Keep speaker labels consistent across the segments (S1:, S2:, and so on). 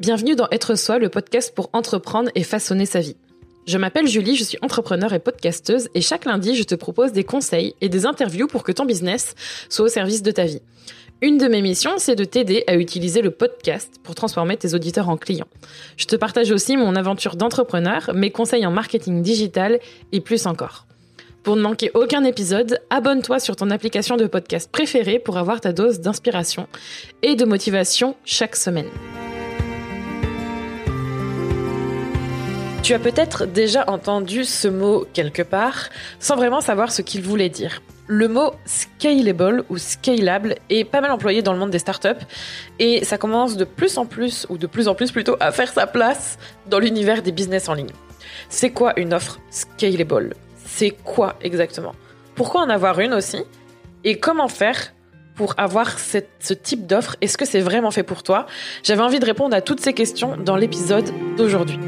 S1: Bienvenue dans Être Soi, le podcast pour entreprendre et façonner sa vie. Je m'appelle Julie, je suis entrepreneur et podcasteuse et chaque lundi, je te propose des conseils et des interviews pour que ton business soit au service de ta vie. Une de mes missions, c'est de t'aider à utiliser le podcast pour transformer tes auditeurs en clients. Je te partage aussi mon aventure d'entrepreneur, mes conseils en marketing digital et plus encore. Pour ne manquer aucun épisode, abonne-toi sur ton application de podcast préférée pour avoir ta dose d'inspiration et de motivation chaque semaine. Tu as peut-être déjà entendu ce mot quelque part, sans vraiment savoir ce qu'il voulait dire. Le mot scalable ou scalable est pas mal employé dans le monde des startups et ça commence de plus en plus plutôt à faire sa place dans l'univers des business en ligne. C'est quoi une offre scalable ? C'est quoi exactement ? Pourquoi en avoir une aussi ? Et comment faire pour avoir ce type d'offre ? Est-ce que c'est vraiment fait pour toi ? J'avais envie de répondre à toutes ces questions dans l'épisode d'aujourd'hui.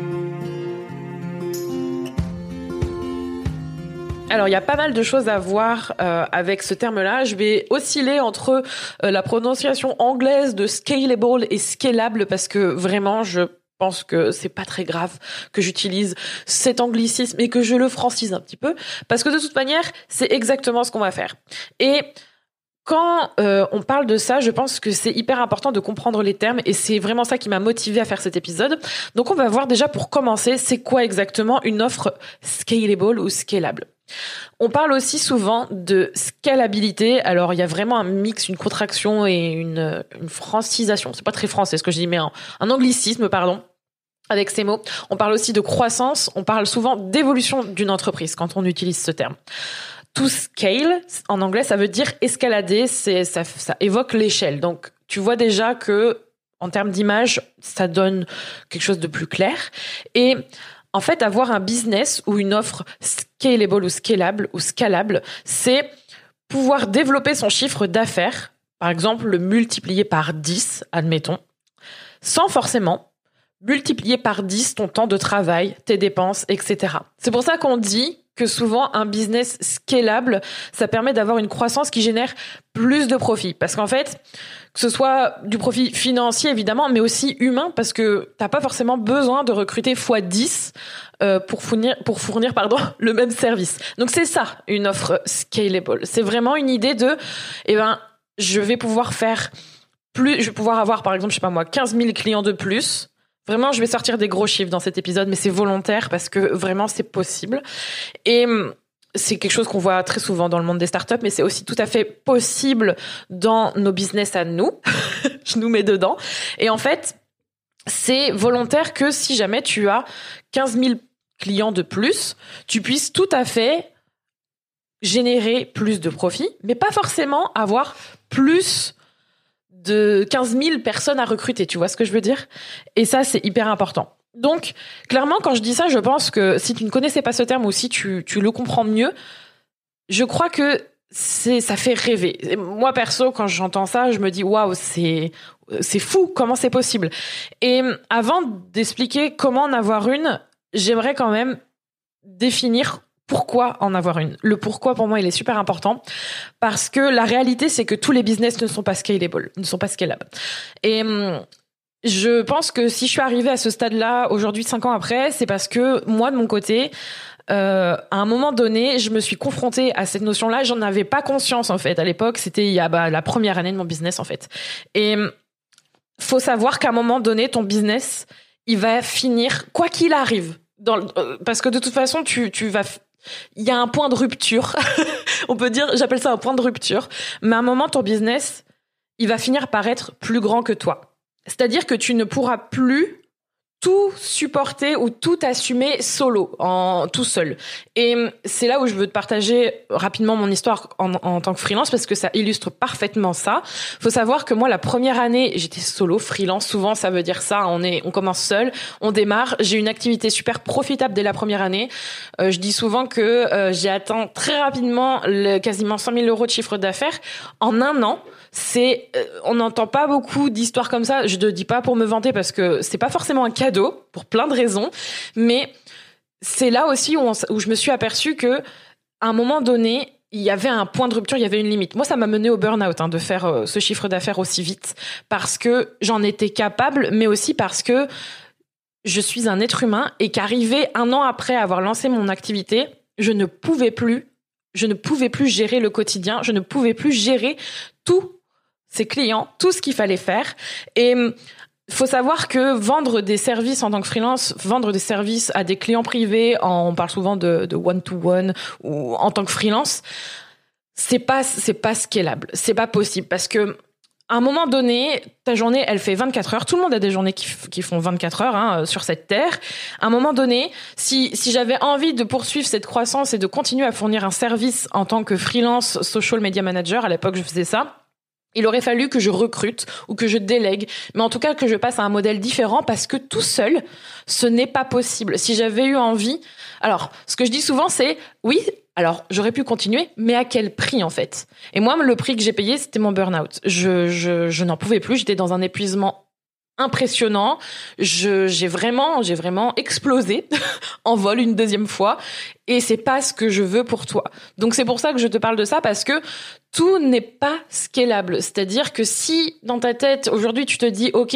S1: Alors, il y a pas mal de choses à voir avec ce terme-là. Je vais osciller entre la prononciation anglaise de scalable et scalable parce que vraiment, je pense que c'est pas très grave que j'utilise cet anglicisme et que je le francise un petit peu parce que de toute manière, c'est exactement ce qu'on va faire. Et quand on parle de ça, je pense que c'est hyper important de comprendre les termes et c'est vraiment ça qui m'a motivée à faire cet épisode. Donc, on va voir déjà pour commencer, c'est quoi exactement une offre scalable ou scalable. On parle aussi souvent de scalabilité. Alors, il y a vraiment un mix, une contraction et une francisation. C'est pas très français ce que je dis, mais un anglicisme, pardon, avec ces mots. On parle aussi de croissance. On parle souvent d'évolution d'une entreprise quand on utilise ce terme. To scale, en anglais, ça veut dire escalader. Ça évoque l'échelle. Donc, tu vois déjà que, en termes d'image, ça donne quelque chose de plus clair. Et en fait, avoir un business ou une offre scalable ou scalable, c'est pouvoir développer son chiffre d'affaires, par exemple le multiplier par 10, admettons, sans forcément multiplier par 10 ton temps de travail, tes dépenses, etc. C'est pour ça qu'on dit que souvent un business scalable, ça permet d'avoir une croissance qui génère plus de profit. Parce qu'en fait, que ce soit du profit financier évidemment, mais aussi humain, parce que t'as pas forcément besoin de recruter x10 pour fournir le même service. Donc c'est ça, une offre scalable. C'est vraiment une idée de, je vais pouvoir avoir par exemple, 15 000 clients de plus. Vraiment, je vais sortir des gros chiffres dans cet épisode, mais c'est volontaire parce que vraiment, c'est possible. Et c'est quelque chose qu'on voit très souvent dans le monde des startups, mais c'est aussi tout à fait possible dans nos business à nous. Je nous mets dedans. Et en fait, c'est volontaire que si jamais tu as 15 000 clients de plus, tu puisses tout à fait générer plus de profit, mais pas forcément avoir plus de 15 000 personnes à recruter, tu vois ce que je veux dire ? Et ça, c'est hyper important. Donc, clairement, quand je dis ça, je pense que si tu ne connaissais pas ce terme ou si tu le comprends mieux, je crois que ça fait rêver. Et moi, perso, quand j'entends ça, je me dis, waouh, c'est fou, comment c'est possible ? Et avant d'expliquer comment en avoir une, j'aimerais quand même définir pourquoi en avoir une. Le pourquoi, pour moi, il est super important parce que la réalité, c'est que tous les business ne sont pas scalables. Et je pense que si je suis arrivée à ce stade-là, aujourd'hui, 5 ans après, c'est parce que moi, de mon côté, à un moment donné, je me suis confrontée à cette notion-là. J'en avais pas conscience, en fait. À l'époque, c'était il y a la première année de mon business, en fait. Et faut savoir qu'à un moment donné, ton business, il va finir, quoi qu'il arrive, parce que de toute façon, tu vas... Il y a un point de rupture. On peut dire, j'appelle ça un point de rupture. Mais à un moment, ton business, il va finir par être plus grand que toi. C'est-à-dire que tu ne pourras plus tout supporter ou tout assumer tout seul. Et c'est là où je veux te partager rapidement mon histoire en tant que freelance parce que ça illustre parfaitement ça. Faut savoir que moi, la première année, j'étais solo, freelance. Souvent, ça veut dire ça. On commence seul, on démarre. J'ai une activité super profitable dès la première année. Je dis souvent que j'ai atteint très rapidement quasiment 100 000 euros de chiffre d'affaires en un an. On n'entend pas beaucoup d'histoires comme ça. Je ne dis pas pour me vanter parce que c'est pas forcément un cadeau pour plein de raisons, mais c'est là aussi où je me suis aperçue que à un moment donné, il y avait un point de rupture, il y avait une limite. Moi, ça m'a mené au burn-out de faire ce chiffre d'affaires aussi vite parce que j'en étais capable, mais aussi parce que je suis un être humain et qu'arrivé 1 an après avoir lancé mon activité, je ne pouvais plus gérer le quotidien, je ne pouvais plus gérer tous ces clients, tout ce qu'il fallait faire. Et il faut savoir que vendre des services en tant que freelance, vendre des services à des clients privés, on parle souvent de one-to-one ou en tant que freelance, c'est pas scalable, c'est pas possible parce que à un moment donné, ta journée, elle fait 24 heures. Tout le monde a des journées qui font 24 heures sur cette terre. À un moment donné, si j'avais envie de poursuivre cette croissance et de continuer à fournir un service en tant que freelance social media manager, à l'époque, je faisais ça, il aurait fallu que je recrute ou que je délègue, mais en tout cas que je passe à un modèle différent parce que tout seul, ce n'est pas possible. Si j'avais eu envie... Alors, ce que je dis souvent, c'est oui, alors j'aurais pu continuer, mais à quel prix en fait? Et moi, le prix que j'ai payé, c'était mon burn-out. Je n'en pouvais plus, j'étais dans un épuisement impressionnant. J'ai vraiment explosé en vol une deuxième fois et c'est pas ce que je veux pour toi. Donc c'est pour ça que je te parle de ça parce que tout n'est pas scalable. C'est-à-dire que si dans ta tête aujourd'hui tu te dis OK,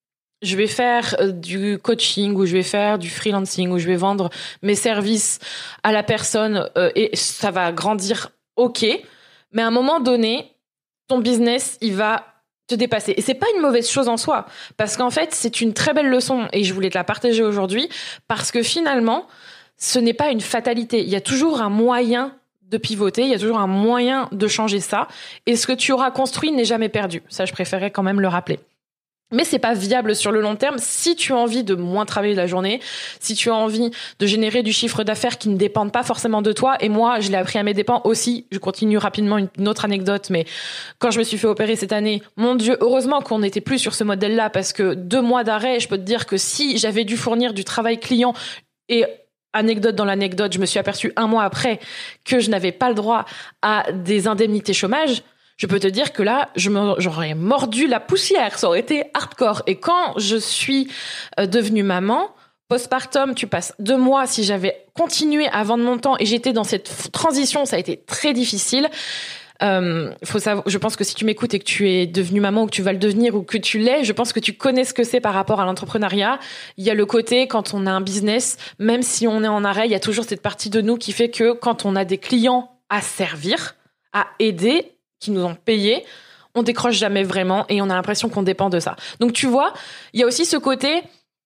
S1: je vais faire du coaching ou je vais faire du freelancing ou je vais vendre mes services à la personne et ça va grandir, OK, mais à un moment donné, ton business, il va te dépasser. Et c'est pas une mauvaise chose en soi, parce qu'en fait, c'est une très belle leçon et je voulais te la partager aujourd'hui parce que finalement, ce n'est pas une fatalité. Il y a toujours un moyen de pivoter, il y a toujours un moyen de changer ça et ce que tu auras construit n'est jamais perdu. Ça, je préférais quand même le rappeler. Mais c'est pas viable sur le long terme si tu as envie de moins travailler la journée, si tu as envie de générer du chiffre d'affaires qui ne dépendent pas forcément de toi. Et moi, je l'ai appris à mes dépens aussi. Je continue rapidement une autre anecdote, mais quand je me suis fait opérer cette année, mon Dieu, heureusement qu'on n'était plus sur ce modèle-là parce que 2 mois d'arrêt, je peux te dire que si j'avais dû fournir du travail client et anecdote dans l'anecdote, je me suis aperçue 1 mois après que je n'avais pas le droit à des indemnités chômage. Je peux te dire que là, j'aurais mordu la poussière. Ça aurait été hardcore. Et quand je suis devenue maman, postpartum, tu passes 2 mois. Si j'avais continué à vendre mon temps et j'étais dans cette transition, ça a été très difficile. Faut savoir, je pense que si tu m'écoutes et que tu es devenue maman ou que tu vas le devenir ou que tu l'es, je pense que tu connais ce que c'est par rapport à l'entrepreneuriat. Il y a le côté, quand on a un business, même si on est en arrêt, il y a toujours cette partie de nous qui fait que quand on a des clients à servir, à aider, qui nous ont payé, on décroche jamais vraiment et on a l'impression qu'on dépend de ça. Donc tu vois, il y a aussi ce côté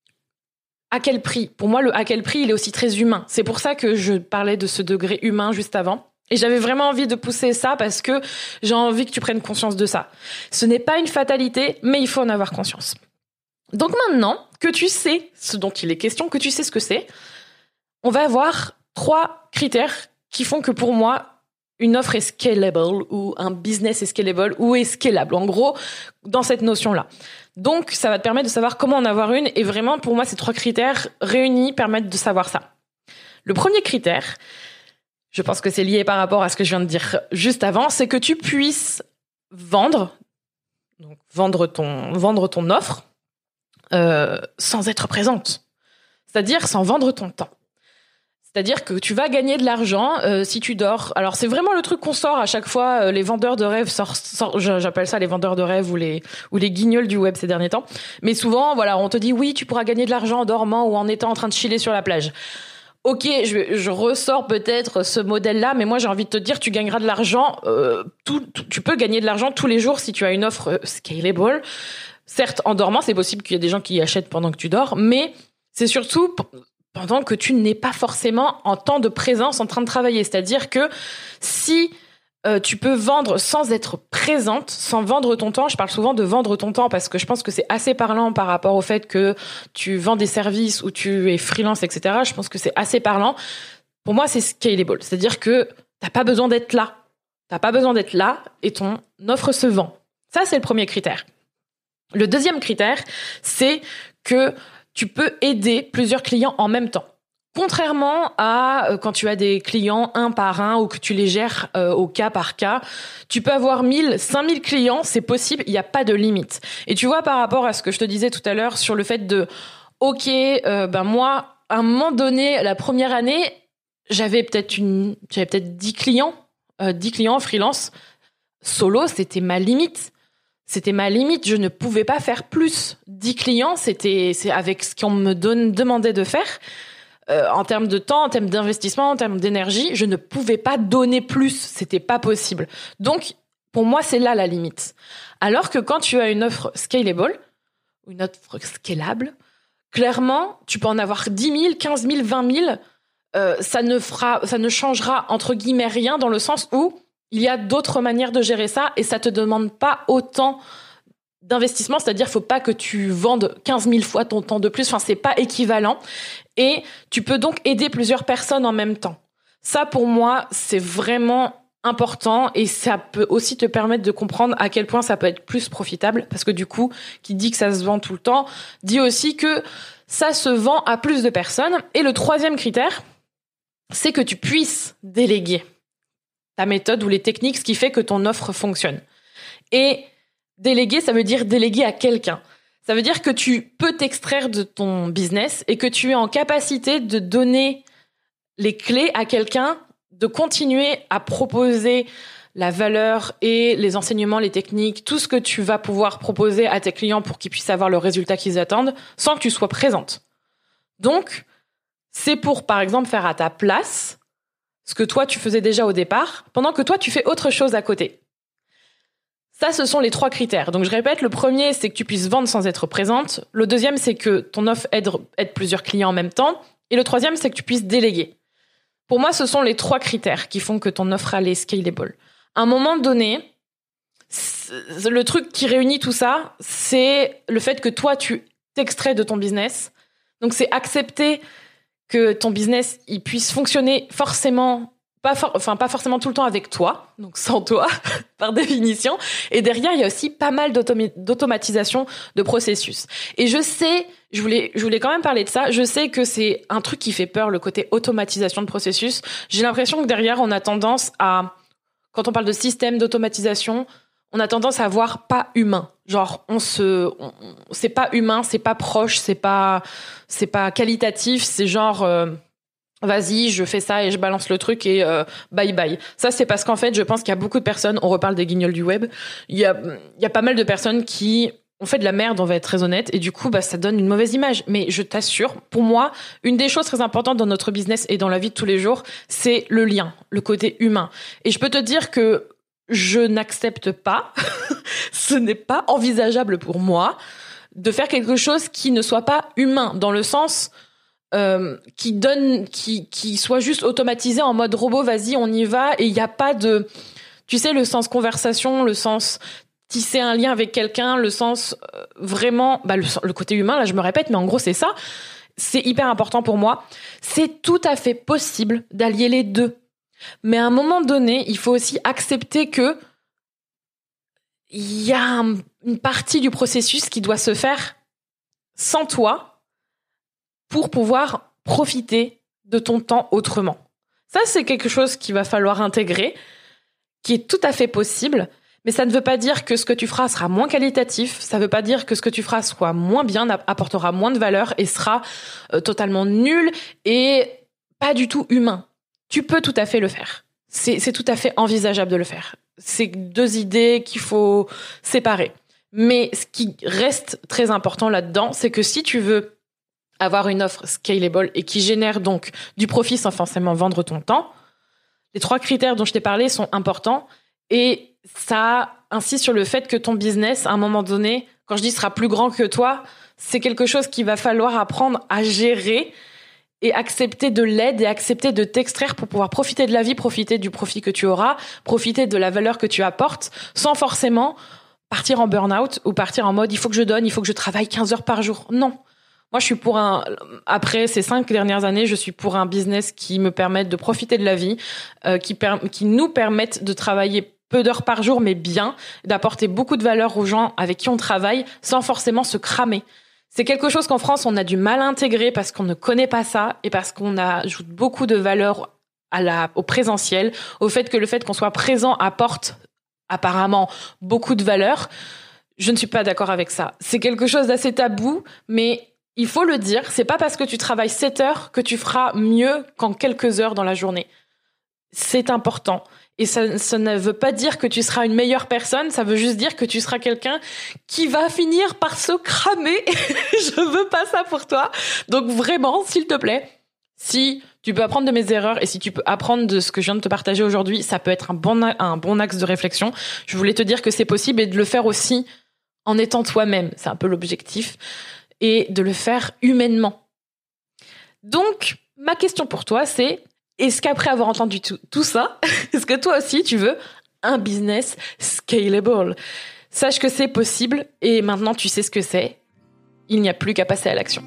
S1: à quel prix? Pour moi, le à quel prix, il est aussi très humain. C'est pour ça que je parlais de ce degré humain juste avant. Et j'avais vraiment envie de pousser ça parce que j'ai envie que tu prennes conscience de ça. Ce n'est pas une fatalité, mais il faut en avoir conscience. Donc maintenant que tu sais ce dont il est question, que tu sais ce que c'est, on va avoir 3 critères qui font que pour moi, une offre est scalable ou un business est scalable ou est scalable. En gros, dans cette notion-là. Donc, ça va te permettre de savoir comment en avoir une. Et vraiment, pour moi, ces 3 critères réunis permettent de savoir ça. Le premier critère, je pense que c'est lié par rapport à ce que je viens de dire juste avant, c'est que tu puisses vendre ton offre sans être présente. C'est-à-dire sans vendre ton temps. C'est-à-dire que tu vas gagner de l'argent si tu dors. Alors c'est vraiment le truc qu'on sort à chaque fois. Les vendeurs de rêves j'appelle ça les vendeurs de rêves ou les guignols du web ces derniers temps. Mais souvent, voilà, on te dit oui, tu pourras gagner de l'argent en dormant ou en étant en train de chiller sur la plage. Ok, je ressors peut-être ce modèle-là, mais moi j'ai envie de te dire, tu gagneras de l'argent. Tu peux gagner de l'argent tous les jours si tu as une offre scalable. Certes, en dormant, c'est possible qu'il y ait des gens qui achètent pendant que tu dors, mais c'est surtout pendant que tu n'es pas forcément en temps de présence en train de travailler. C'est-à-dire que si tu peux vendre sans être présente, sans vendre ton temps, je parle souvent de vendre ton temps parce que je pense que c'est assez parlant par rapport au fait que tu vends des services ou tu es freelance, etc. Je pense que c'est assez parlant. Pour moi, c'est scalable. C'est-à-dire que t'as pas besoin d'être là. T'as pas besoin d'être là et ton offre se vend. Ça, c'est le premier critère. Le deuxième critère, c'est que tu peux aider plusieurs clients en même temps. Contrairement à quand tu as des clients un par un ou que tu les gères au cas par cas, tu peux avoir 1000, 5000 clients, c'est possible, il n'y a pas de limite. Et tu vois, par rapport à ce que je te disais tout à l'heure sur le fait de, ok, moi, à un moment donné, la première année, j'avais peut-être 10 clients 10 clients freelance. Solo, c'était ma limite. C'était ma limite. Je ne pouvais pas faire plus. 10 clients, c'est avec ce qu'on me demandait de faire. En termes de temps, en termes d'investissement, en termes d'énergie, je ne pouvais pas donner plus. C'était pas possible. Donc, pour moi, c'est là la limite. Alors que quand tu as une offre scalable, ou une offre scalable, clairement, tu peux en avoir 10 000, 15 000, 20 000. Ça ne changera entre guillemets rien dans le sens où il y a d'autres manières de gérer ça et ça te demande pas autant d'investissement. C'est-à-dire, faut pas que tu vendes 15 000 fois ton temps de plus. Enfin, c'est pas équivalent. Et tu peux donc aider plusieurs personnes en même temps. Ça, pour moi, c'est vraiment important et ça peut aussi te permettre de comprendre à quel point ça peut être plus profitable parce que du coup, qui dit que ça se vend tout le temps, dit aussi que ça se vend à plus de personnes. Et le troisième critère, c'est que tu puisses déléguer ta méthode ou les techniques, ce qui fait que ton offre fonctionne. Et déléguer, ça veut dire déléguer à quelqu'un. Ça veut dire que tu peux t'extraire de ton business et que tu es en capacité de donner les clés à quelqu'un, de continuer à proposer la valeur et les enseignements, les techniques, tout ce que tu vas pouvoir proposer à tes clients pour qu'ils puissent avoir le résultat qu'ils attendent sans que tu sois présente. Donc, c'est pour, par exemple, faire à ta place ce que toi, tu faisais déjà au départ, pendant que toi, tu fais autre chose à côté. Ça, ce sont les 3 critères. Donc, je répète, le premier, c'est que tu puisses vendre sans être présente. Le deuxième, c'est que ton offre aide plusieurs clients en même temps. Et le troisième, c'est que tu puisses déléguer. Pour moi, ce sont les 3 critères qui font que ton offre est scalable. À un moment donné, le truc qui réunit tout ça, c'est le fait que toi, tu t'extrais de ton business. Donc, c'est accepter que ton business il puisse fonctionner forcément, pas forcément tout le temps avec toi, donc sans toi, par définition. Et derrière, il y a aussi pas mal d'automatisation de processus. Et je sais, je voulais quand même parler de ça, je sais que c'est un truc qui fait peur, le côté automatisation de processus. J'ai l'impression que derrière, on a tendance à, quand on parle de système d'automatisation, on a tendance à voir pas humain. Genre, c'est pas humain, c'est pas proche, c'est pas qualitatif, c'est genre, vas-y, je fais ça et je balance le truc et bye bye. Ça, c'est parce qu'en fait, je pense qu'il y a beaucoup de personnes, on reparle des guignols du web, il y a pas mal de personnes qui ont fait de la merde, on va être très honnête, et du coup, ça donne une mauvaise image. Mais je t'assure, pour moi, une des choses très importantes dans notre business et dans la vie de tous les jours, c'est le lien, le côté humain. Et je peux te dire que je n'accepte pas, ce n'est pas envisageable pour moi de faire quelque chose qui ne soit pas humain, dans le sens qui soit juste automatisé en mode robot, vas-y, on y va, et il n'y a pas de, tu sais, le sens conversation, le sens tisser un lien avec quelqu'un, le sens vraiment, le côté humain, là je me répète, mais en gros c'est ça, c'est hyper important pour moi. C'est tout à fait possible d'allier les deux. Mais à un moment donné, il faut aussi accepter que il y a une partie du processus qui doit se faire sans toi pour pouvoir profiter de ton temps autrement. Ça, c'est quelque chose qu'il va falloir intégrer, qui est tout à fait possible, mais ça ne veut pas dire que ce que tu feras sera moins qualitatif, ça ne veut pas dire que ce que tu feras soit moins bien, apportera moins de valeur et sera totalement nul et pas du tout humain. Tu peux tout à fait le faire. C'est tout à fait envisageable de le faire. C'est 2 idées qu'il faut séparer. Mais ce qui reste très important là-dedans, c'est que si tu veux avoir une offre scalable et qui génère donc du profit sans forcément vendre ton temps, les 3 critères dont je t'ai parlé sont importants et ça insiste sur le fait que ton business, à un moment donné, quand je dis sera plus grand que toi, c'est quelque chose qu'il va falloir apprendre à gérer et accepter de l'aide et accepter de t'extraire pour pouvoir profiter de la vie, profiter du profit que tu auras, profiter de la valeur que tu apportes, sans forcément partir en burn-out ou partir en mode il faut que je donne, il faut que je travaille 15 heures par jour. Non. Moi, je suis pour après ces 5 dernières années, je suis pour un business qui me permette de profiter de la vie, qui nous permette de travailler peu d'heures par jour, mais bien, d'apporter beaucoup de valeur aux gens avec qui on travaille sans forcément se cramer. C'est quelque chose qu'en France, on a du mal à intégrer parce qu'on ne connaît pas ça et parce qu'on ajoute beaucoup de valeur au présentiel, au fait que le fait qu'on soit présent apporte apparemment beaucoup de valeur. Je ne suis pas d'accord avec ça. C'est quelque chose d'assez tabou, mais il faut le dire, c'est pas parce que tu travailles 7 heures que tu feras mieux qu'en quelques heures dans la journée. C'est important. Et ça ne veut pas dire que tu seras une meilleure personne, ça veut juste dire que tu seras quelqu'un qui va finir par se cramer. Je veux pas ça pour toi. Donc vraiment, s'il te plaît, si tu peux apprendre de mes erreurs et si tu peux apprendre de ce que je viens de te partager aujourd'hui, ça peut être un bon axe de réflexion. Je voulais te dire que c'est possible et de le faire aussi en étant toi-même. C'est un peu l'objectif. Et de le faire humainement. Donc, ma question pour toi, c'est... Est-ce qu'après avoir entendu tout ça, est-ce que toi aussi tu veux un business scalable ? Sache que c'est possible et maintenant tu sais ce que c'est. Il n'y a plus qu'à passer à l'action.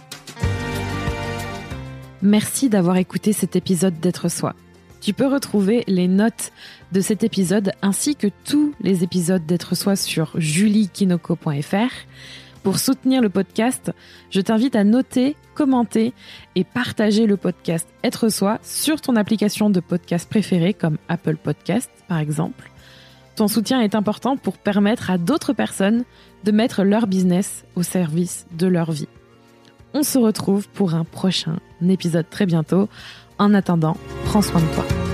S1: Merci d'avoir écouté cet épisode d'Être Soi. Tu peux retrouver les notes de cet épisode ainsi que tous les épisodes d'Être Soi sur juliekinoko.fr. Pour soutenir le podcast, je t'invite à noter, commenter et partager le podcast Être Soi sur ton application de podcast préférée comme Apple Podcast par exemple. Ton soutien est important pour permettre à d'autres personnes de mettre leur business au service de leur vie. On se retrouve pour un prochain épisode très bientôt. En attendant, prends soin de toi.